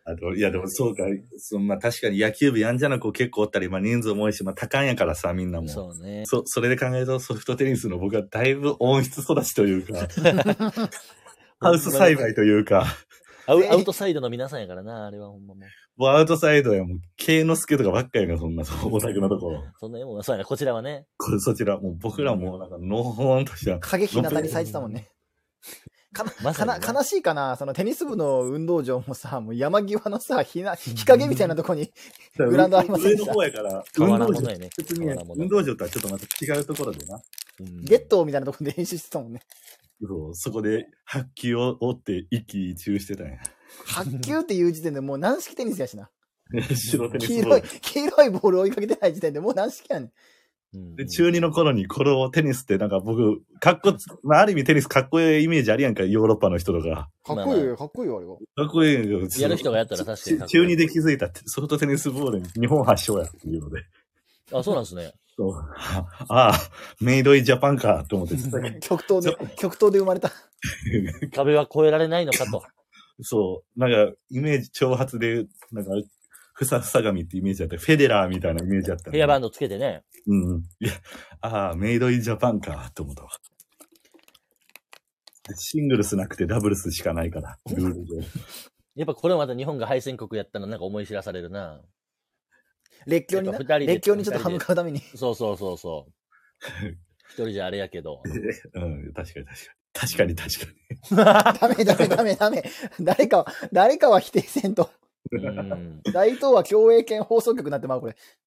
いやでもそうか、まあ確かに野球部やんじゃな子結構おったり、まあ人数も多いし、まあ多感やからさ、みんなも。 そうね。 それで考えるとソフトテニスの僕はだいぶ温室育ちというか、ハウス栽培というか。 アウトサイドの皆さんやからな、あれはほんまもう。 もうアウトサイドやもう、慶之助とかばっかやから、そんな、オタクのところ。 そんなもう、そうやな、こちらはね。 そちら、もう僕らもなんか、のほーんとした。 過激な谷咲いてたもんね。悲しいかな、そのテニス部の運動場もさ、もう山際のさ、日陰みたいなとこにグラウンドありませんでした。 上の方やから、 河原物やね。 別に運動場とはちょっとまた違うところでな。 ゲットーみたいなところで練習してたもんね。 そこで白球を折って一喜一憂してたんや。 白球っていう時点でもう軟式テニスやしな。 白テニスボール。 黄色いボール追いかけてない時点でもう軟式やねん。 で、中2の頃にこれをテニスってなんか僕、まあ、ある意味テニスかっこいいイメージあるやんか、ヨーロッパの人とか。 かっこいいよ、かっこいいよ、あれは。 かっこいいよ。 やる人がやったら確かに。 中2で気づいたって、ソフトテニスボールに日本発祥やっていうので。 あ、そうなんですね。 そう。ああ、メイドインジャパンか、と思って。 極東で生まれた。 壁は越えられないのかと。 そう。なんか、イメージ挑発で、なんか、ふさふさ髪ってイメージだった。フェデラーみたいなイメージだった、 ヘアバンドつけてね。 うん。いや、ああ、メイドインジャパンか、と思ったわ。シングルスなくてダブルスしかないから、ルールで。 やっぱこれまた日本が敗戦国やったのなんか思い知らされるな。 列強にちょっと歯向かうために。 そう。一人じゃあれやけど。 うん、確かに。 ダメ。誰かは否定せんと。大東亜共栄圏放送局になってまう、これ。